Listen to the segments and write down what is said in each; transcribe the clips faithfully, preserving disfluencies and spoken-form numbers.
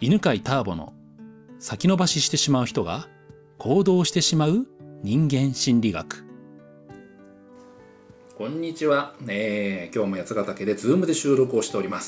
犬飼ターボの先延ばししてしまう人が行動してしまう人間心理学。こんにちは、えー、今日も八ヶ岳でズームで収録をしております。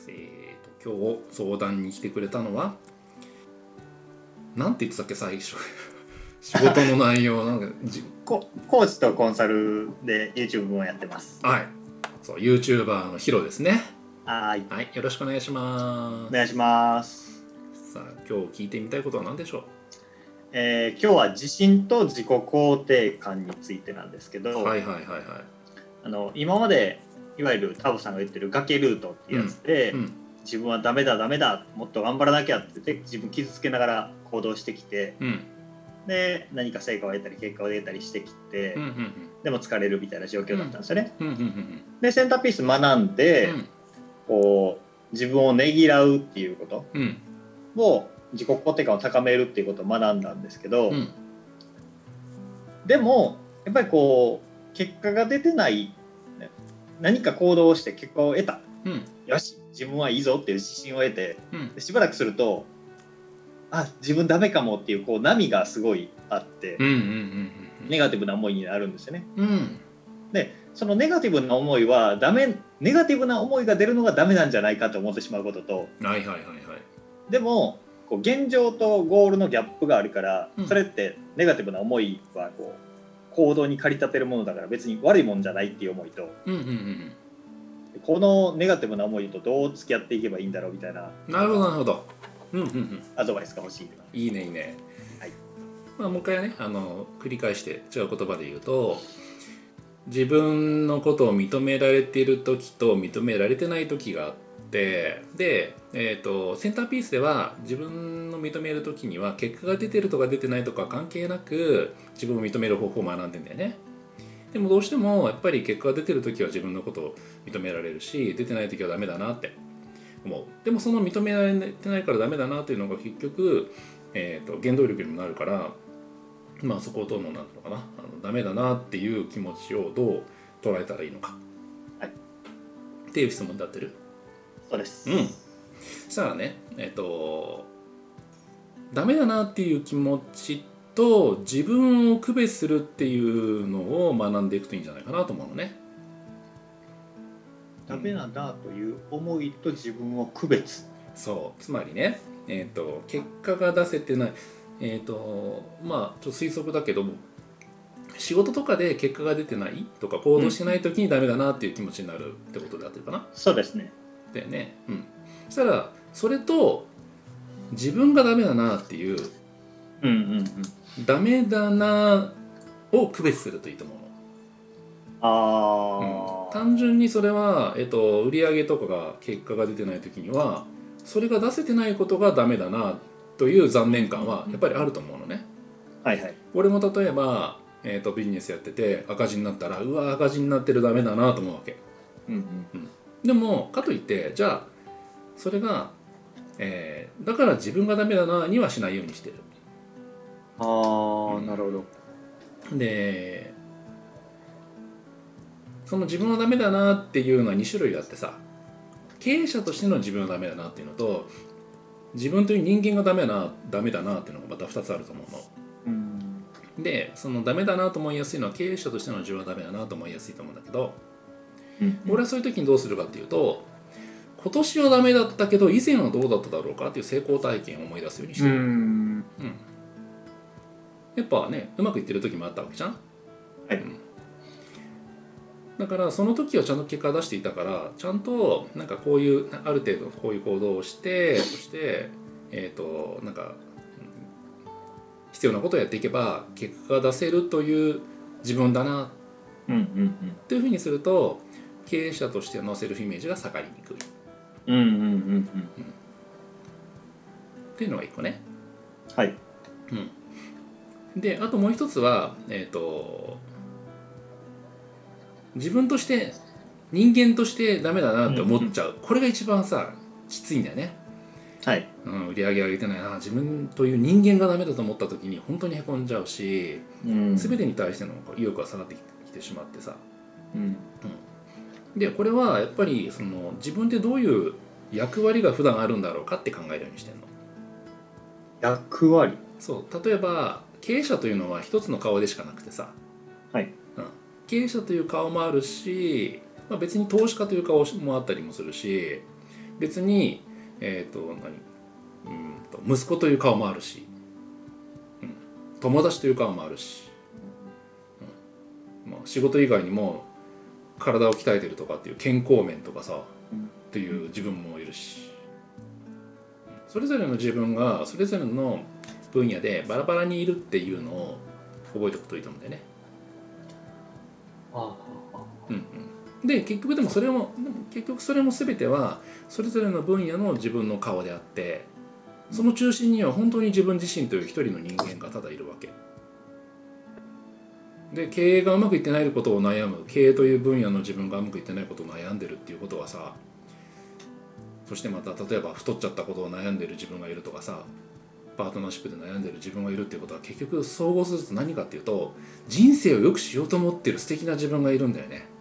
えーと今日相談に来てくれたのはなんて言ってたっけ最初仕事の内容なんかコ, コーチとコンサルで YouTube もやってます。 はい、そう YouTuber のヒロですね。 はい、 はい、よろしくお願いします。 お願いします。 さあ今日聞いてみたいことは何でしょう。 えー、今日は自信と自己肯定感についてなんですけど、 はいはいはいはい。 あの今までいわゆるタボさんが言ってる崖ルートっていうやつで、うんうん、自分はダメだダメだもっと頑張らなきゃって言って自分傷つけながら行動してきて、うん、で何か成果を得たり結果を得たりしてきて、うんうんうん、でも疲れるみたいな状況だったんですよね、うんうんうんうん、でセンターピース学んで、うん、こう自分をねぎらうっていうことを、うん自己肯定感を高めるっていうことを学んだんですけど、うん、でもやっぱりこう結果が出てない、ね、何か行動をして結果を得た、うん、よし自分はいいぞっていう自信を得て、うん、しばらくするとあ自分ダメかもっていうこう波がすごいあって、うんうんうんうん、ネガティブな思いになるんですよね、うん、でそのネガティブな思いはダメネガティブな思いが出るのがダメなんじゃないかと思ってしまうことと、はいはいはいはい、でも現状とゴールのギャップがあるから、うん、それってネガティブな思いはこう行動に駆り立てるものだから別に悪いもんじゃないっていう思いと、うんうんうん、このネガティブな思いとどう付き合っていけばいいんだろうみたいな。 なるほどなるほど、うんうんうん、 アドバイスが欲しい。 いいねいいね、はい。まあ、もう一回ねあの繰り返して違う言葉で言うと自分のことを認められている時と認められてない時があってで、えーと、センターピースでは自分の認めるときには結果が出てるとか出てないとか関係なく自分を認める方法を学んでんだよね。でもどうしてもやっぱり結果が出てるときは自分のことを認められるし出てないときはダメだなって思う。でもその認められてないからダメだなっていうのが結局、えーと、原動力にもなるからまあそこをどうのなんていうのかなあのダメだなっていう気持ちをどう捉えたらいいのか、はい、っていう質問になってる。 そうです。 うん。したらね、えっとダメだなっていう気持ちと自分を区別するっていうのを学んでいくといいんじゃないかなと思うのね。 ダメだなという思いと自分を区別。 そう。つまりね、えっと結果が出せてない、えっとまあちょっと推測だけども。仕事とかで結果が出てないとか行動しないときにダメだなっていう気持ちになるってことであってるかな。 そうですね。 だよね。うん。そしたらそれと自分がダメだなっていう、 うんうんうん、 ダメだなを区別するといいと思うの。あ、うん、単純にそれは、えっと、売上とかが結果が出てない時にはそれが出せてないことがダメだなという残念感はやっぱりあると思うのね。 はいはい。 俺も例えば、えっと、ビジネスやってて赤字になったらうわ赤字になってるダメだなと思うわけ、うんうんうん、でもかといってじゃあそれが、えー、だから自分がダメだなにはしないようにしてる。 ああ、うん、なるほど。でその自分はダメだなっていうのはに種類あってさ、経営者としての自分はダメだなっていうのと自分という人間がダメだなダメだなっていうのがまたふたつあると思うの。うん、でそのダメだなと思いやすいのは経営者としての自分はダメだなと思いやすいと思うんだけど、うん、俺はそういう時にどうするかっていうと今年はダメだったけど以前はどうだっただろうかっていう成功体験を思い出すようにしてる。うん、うん、やっぱねうまくいってる時もあったわけじゃん、はい、うん、だからその時はちゃんと結果出していたからちゃんとなんかこういうある程度こういう行動をしてそしてえっとなんか必要なことをやっていけば結果が出せるという自分だなっていうふうにすると経営者としてのセルフイメージが下がりにくい。うんうんうんうん、うん、っていうのが一個ね。 はい。 うん、であともう一つは、えーと、自分として人間としてダメだなって思っちゃう、うんうん、これが一番さきついんだよね。 はい、 うん、売り上げ上げてないな自分という人間がダメだと思った時に本当にへこんじゃうし、うん、全てに対しての意欲が下がってきてしまってさ、うんうん、でこれはやっぱりその自分ってどういう役割が普段あるんだろうかって考えるようにしてるの。 役割？ そう例えば経営者というのは一つの顔でしかなくてさ、 はい、 うん、経営者という顔もあるし、まあ、別に投資家という顔もあったりもするし、別に、えーと何うんと息子という顔もあるし、うん、友達という顔もあるし、うんまあ、仕事以外にも体を鍛えてるとかっていう健康面とかさ、うん、っていう自分もいるし、それぞれの自分がそれぞれの分野でバラバラにいるっていうのを覚えておくといいと思うんだよね。 ああ、 うんうん、で結局でもそれもでも結局それも全てはそれぞれの分野の自分の顔であって、その中心には本当に自分自身という一人の人間がただいるわけで、経営がうまくいってないことを悩む、経営という分野の自分がうまくいってないことを悩んでるっていうことはさ、そしてまた例えば太っちゃったことを悩んでる自分がいるとかさ、パートナーシップで悩んでる自分がいるっていうことは結局総合すると何かっていうと、人生を良くしようと思ってる素敵な自分がいるんだよね。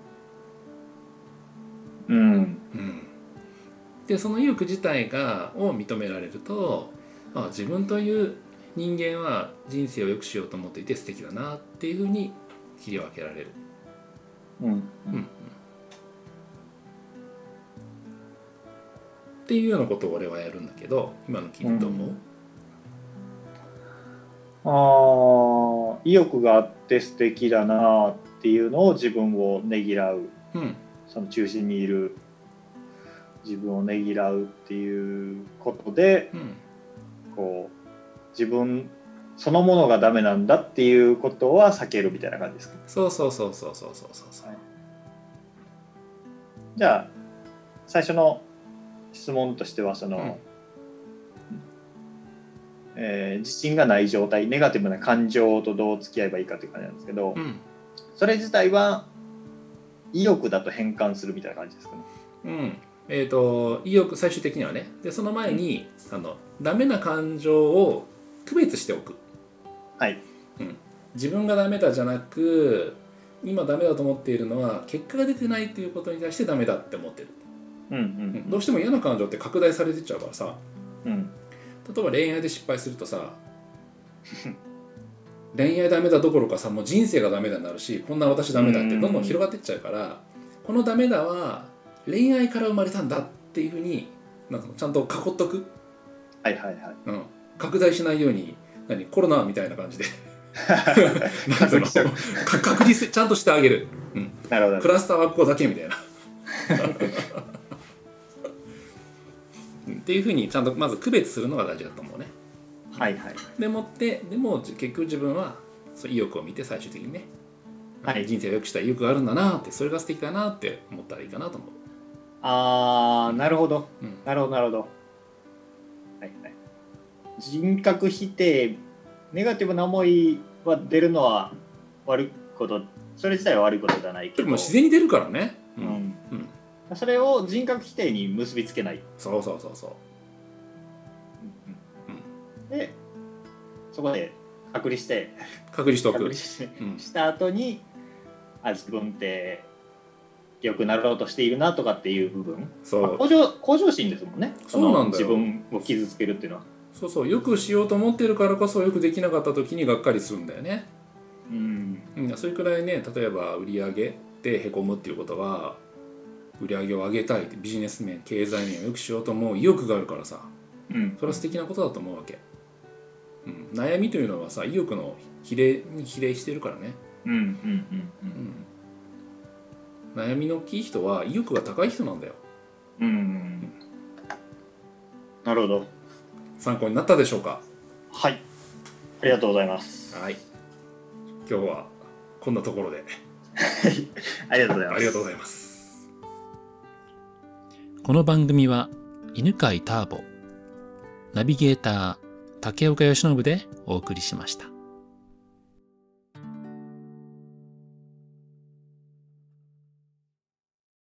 うん、うん、 でその意欲自体がを認められると、あ自分という人間は人生を良くしようと思っていて素敵だなっていうふうに切り分けられる。 うんうんうん、 っていうようなことを俺はやるんだけど、今の聞いてどう思う？ うん、あ意欲があって素敵だなっていうのを自分をねぎらう、 うん、 その中心にいる自分をねぎらうっていうことで、うん、こう自分そのものがダメなんだっていうことは避けるみたいな感じですか？ そうそうそうそうそうそうそう、はい、 じゃあ最初の質問としてはその、うんえー、自信がない状態、ネガティブな感情とどう付き合えばいいかという感じなんですけど、うん、それ自体は意欲だと変換するみたいな感じですかね。 うんえーと、意欲、最終的にはね。でその前に、うん、あのダメな感情を区別しておく、 はいうん、自分がダメだじゃなく、今ダメだと思っているのは結果が出てないっていうことに対してダメだって思ってる、 うんうんうん、 どうしても嫌な感情って拡大されてっちゃうからさ、 うん、 例えば恋愛で失敗するとさ恋愛ダメだどころかさ、もう人生がダメだになるし、こんな私ダメだってどんどん広がってっちゃうから、このダメだは恋愛から生まれたんだっていうふうになんかちゃんと囲っとく、 はいはいはい、 うん、拡大しないように、何コロナみたいな感じで確立ちゃんとしてあげる、うん、 なるほど、 クラスターはここだけみたいなっていうふうにちゃんとまず区別するのが大事だと思うね。 はいはい。 でもってでも結局自分はそう意欲を見て最終的にね、はい、人生を良くしたい意欲があるんだなって、それが素敵だなって思ったらいいかなと思う。 あー、なるほど、うん、なるほどなるほど。はいはい。人格否定、ネガティブな思いは出るのは悪いこと、それ自体は悪いことじゃないけど、 でも自然に出るからね、 うんうんうん、それを人格否定に結びつけない。 そうそうそうそう、 うんうん、でそこで隔離して隔離しておく、 隔離し、うん、した後に、あ自分って良くなろうとしているなとかっていう部分、そう、まあ、向上、向上心ですもんね。 そうなんだよ、 自分を傷つけるっていうのは。 そうそう、よくしようと思ってるからこそよくできなかった時にがっかりするんだよね。うん、うん、それくらいね、例えば売り上げでへこむっていうことは、売り上げを上げたい、ビジネス面、経済面をよくしようと思う意欲があるからさ、うん、それは素敵なことだと思うわけ、うん、悩みというのはさ、意欲の比例に比例してるからね。うんうんうんうん、悩みの大きい人は意欲が高い人なんだよ。うん、うん、 なるほど。 参考になったでしょうか。 はい、ありがとうございます。 はい、今日はこんなところでありがとうございます。 ありがとうございます。この番組は犬飼ターボ、ナビゲーター竹岡由伸でお送りしました。